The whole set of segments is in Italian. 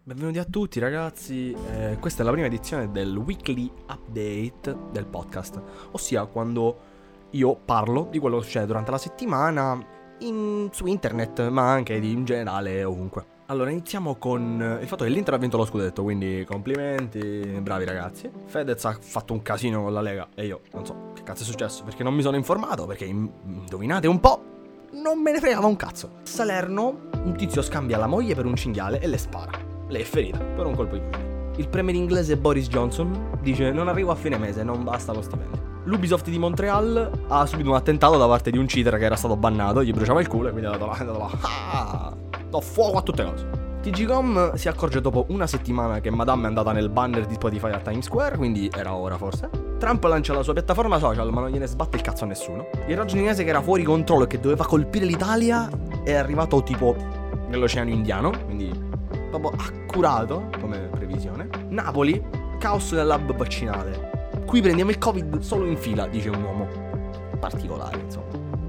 Benvenuti a tutti ragazzi, questa è la prima edizione del weekly update del podcast, ossia quando io parlo di quello che succede durante la settimana su internet, ma anche in generale ovunque. Allora iniziamo con il fatto che l'Inter ha vinto lo scudetto, quindi complimenti, bravi ragazzi. Fedez ha fatto un casino con la Lega e io non so che cazzo è successo perché non mi sono informato, perché indovinate un po', non me ne fregava un cazzo. A Salerno un tizio scambia la moglie per un cinghiale e le spara. Lei è ferita per un colpo di pugno. Il premier inglese Boris Johnson dice: non arrivo a fine mese, non basta lo stipendio. L'Ubisoft di Montreal ha subito un attentato da parte di un cheater che era stato bannato, gli bruciava il culo e quindi è andato là, do fuoco a tutte cose. TGcom si accorge dopo una settimana che Madame è andata nel banner di Spotify a Times Square, quindi era ora forse. Trump lancia la sua piattaforma social ma non gliene sbatte il cazzo a nessuno. Il raggio cinese che era fuori controllo e che doveva colpire l'Italia è arrivato tipo nell'Oceano Indiano, quindi proprio accurato come previsione. Napoli, caos nell'hub vaccinale. Qui prendiamo il Covid solo in fila, dice un uomo particolare, insomma.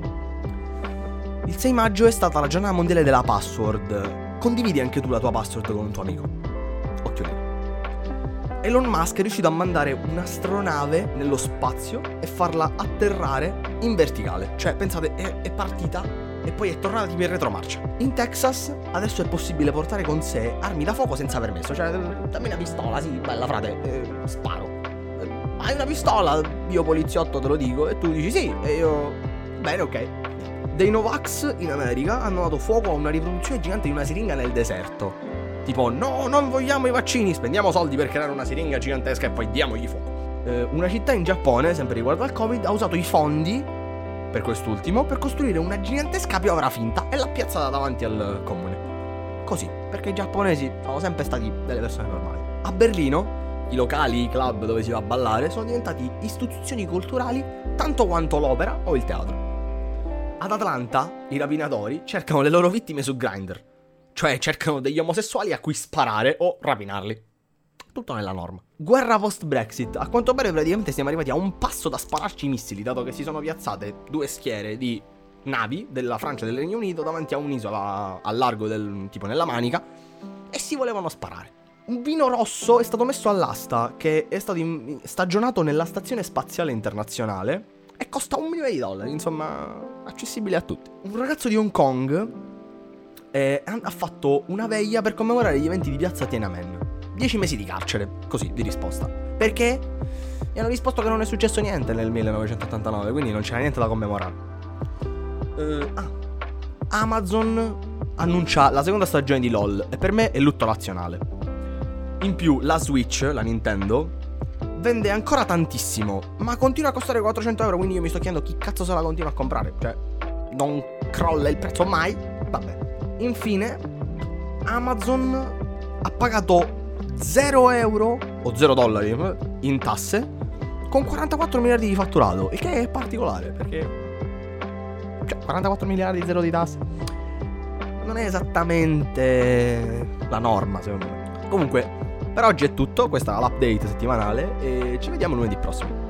Il 6 maggio è stata la giornata mondiale della password. Condividi anche tu la tua password con un tuo amico. Occhiolino. Elon Musk è riuscito a mandare un'astronave nello spazio e farla atterrare in verticale. Cioè, pensate, è partita e poi è tornata tipo in retromarcia. In Texas adesso è possibile portare con sé armi da fuoco senza permesso. Cioè, dammi una pistola, sì, bella frate, sparo. Hai una pistola? Io poliziotto te lo dico. E tu dici sì, e io... bene, ok. Dei Novax in America hanno dato fuoco a una riproduzione gigante di una siringa nel deserto. Tipo, no, non vogliamo i vaccini, spendiamo soldi per creare una siringa gigantesca e poi diamogli fuoco. Una città in Giappone, sempre riguardo al Covid, ha usato i fondi per quest'ultimo per costruire una gigantesca piovra finta e l'ha piazzata davanti al comune. Così, perché i giapponesi sono sempre stati delle persone normali. A Berlino i locali, i club dove si va a ballare sono diventati istituzioni culturali tanto quanto l'opera o il teatro. Ad Atlanta i rapinatori cercano le loro vittime su Grindr, cioè cercano degli omosessuali a cui sparare o rapinarli. Tutto nella norma. Guerra post-Brexit. A quanto pare praticamente siamo arrivati a un passo da spararci i missili, dato che si sono piazzate due schiere di navi della Francia e del Regno Unito davanti a un'isola a largo del tipo nella Manica e si volevano sparare. Un vino rosso è stato messo all'asta che è stato stagionato nella Stazione Spaziale Internazionale e costa $1 milione, insomma, accessibile a tutti. Un ragazzo di Hong Kong ha fatto una veglia per commemorare gli eventi di piazza Tiananmen. 10 mesi di carcere, così, di risposta. Perché? Gli hanno risposto che non è successo niente nel 1989, quindi non c'era niente da commemorare. Amazon annuncia la seconda stagione di LOL e per me è lutto nazionale. In più la Switch, la Nintendo, vende ancora tantissimo, ma continua a costare 400 euro, quindi io mi sto chiedendo chi cazzo se la continua a comprare. Cioè, non crolla il prezzo mai? Vabbè. Infine, Amazon ha pagato 0 euro o 0 dollari in tasse con 44 miliardi di fatturato, il che è particolare perché, cioè, 44 miliardi di zero di tasse non è esattamente la norma, secondo me. Comunque, per oggi è tutto, questa è l'update settimanale e ci vediamo lunedì prossimo.